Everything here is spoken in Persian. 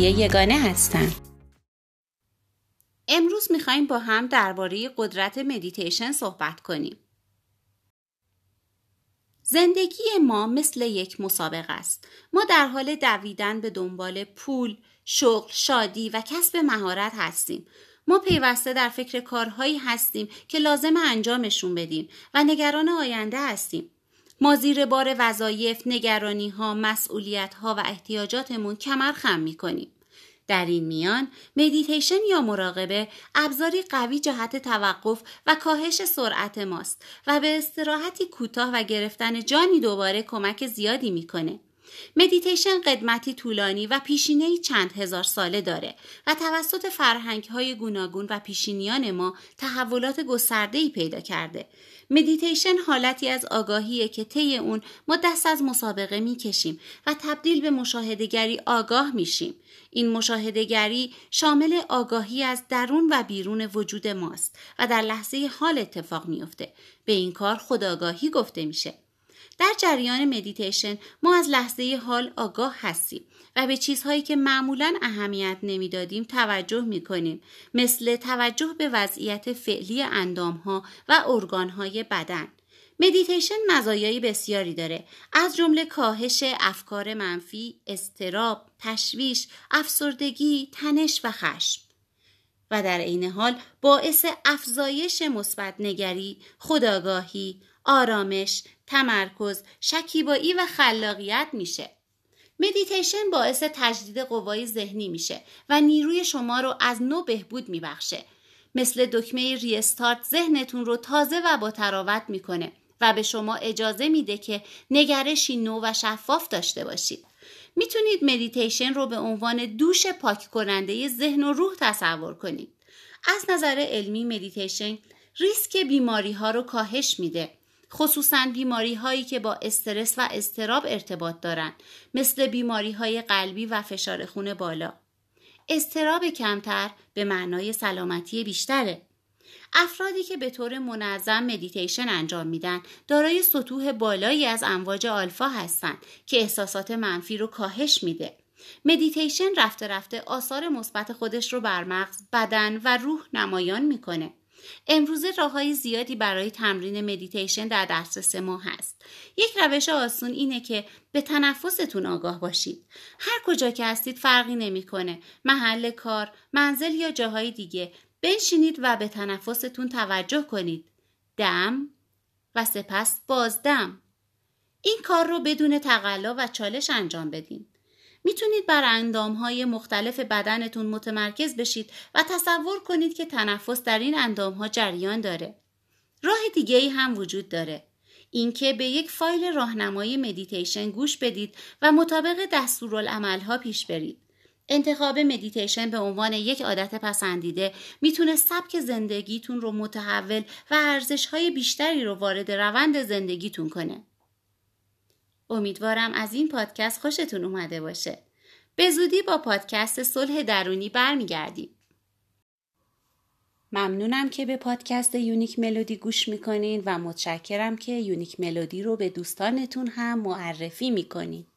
یگانه هستم. امروز میخوایم با هم درباره قدرت مدیتیشن صحبت کنیم. زندگی ما مثل یک مسابقه است. ما در حال دویدن به دنبال پول، شغل، شادی و کسب مهارت هستیم. ما پیوسته در فکر کارهایی هستیم که لازم انجامشون بدیم و نگران آینده هستیم. ما زیر بار وظایف، نگرانی‌ها، مسئولیت‌ها و احتیاجاتمون کمر خم می‌کنیم. در این میان مدیتیشن یا مراقبه ابزاری قوی جهت توقف و کاهش سرعت ماست و به استراحتی کوتاه و گرفتن جانی دوباره کمک زیادی میکنه. مدیتیشن قدمتی طولانی و پیشینه‌ای چند هزار ساله داره و توسط فرهنگ‌های گوناگون و پیشینیان ما تحولات گسترده‌ای پیدا کرده. مدیتیشن حالتی از آگاهیه که طی اون ما دست از مسابقه میکشیم و تبدیل به مشاهده‌گری آگاه میشیم. این مشاهده‌گری شامل آگاهی از درون و بیرون وجود ماست و در لحظه حال اتفاق میفته. به این کار خودآگاهی گفته میشه. در جریان مدیتیشن ما از لحظه حال آگاه هستیم و به چیزهایی که معمولاً اهمیت نمیدادیم توجه میکنیم، مثل توجه به وضعیت فعلی اندامها و ارگانهای بدن. مدیتیشن مزایای بسیاری داره، از جمله کاهش افکار منفی، اضطراب، تشویش، افسردگی، تنش و خشم. و در عین حال باعث افزایش مثبت نگری، خودآگاهی، آرامش، تمرکز، شکیبایی و خلاقیت میشه. مدیتیشن باعث تجدید قوای ذهنی میشه و نیروی شما رو از نو بهبود میبخشه. مثل دکمه ریستارت ذهنتون رو تازه و با تراوت میکنه و به شما اجازه میده که نگرشی نو و شفاف داشته باشید. میتونید مدیتیشن رو به عنوان دوش پاک کننده ذهن و روح تصور کنید. از نظر علمی مدیتیشن ریسک بیماری ها رو کاهش میده، خصوصاً بیماری هایی که با استرس و اضطراب ارتباط دارن، مثل بیماری های قلبی و فشار خون بالا. اضطراب کمتر به معنای سلامتی بیشتره. افرادی که به طور منظم مدیتیشن انجام میدن دارای سطوح بالایی از امواج آلفا هستن که احساسات منفی رو کاهش میده. مدیتیشن رفته رفته آثار مثبت خودش رو بر مغز، بدن و روح نمایان میکنه. امروزه راه‌های زیادی برای تمرین مدیتیشن در دسترس ما هست. یک روش آسون اینه که به تنفستون آگاه باشید. هر کجا که هستید فرقی نمیکنه. محل کار، منزل یا جاهای دیگه بنشینید و به تنفستون توجه کنید. دم و سپس بازدم. این کار رو بدون تقلا و چالش انجام بدین. میتونید بر اندامهای مختلف بدنتون متمرکز بشید و تصور کنید که تنفس در این اندامها جریان داره. راه دیگه‌ای هم وجود داره. اینکه به یک فایل راهنمای مدیتیشن گوش بدید و مطابق دستورالعمل‌ها پیش برید. انتخاب مدیتیشن به عنوان یک عادت پسندیده میتونه سبک زندگیتون رو متحول و ارزش‌های بیشتری رو وارد روند زندگیتون کنه. امیدوارم از این پادکست خوشتون اومده باشه. به زودی با پادکست صلح درونی برمیگردیم. ممنونم که به پادکست یونیک ملودی گوش میکنین و متشکرم که یونیک ملودی رو به دوستانتون هم معرفی میکنین.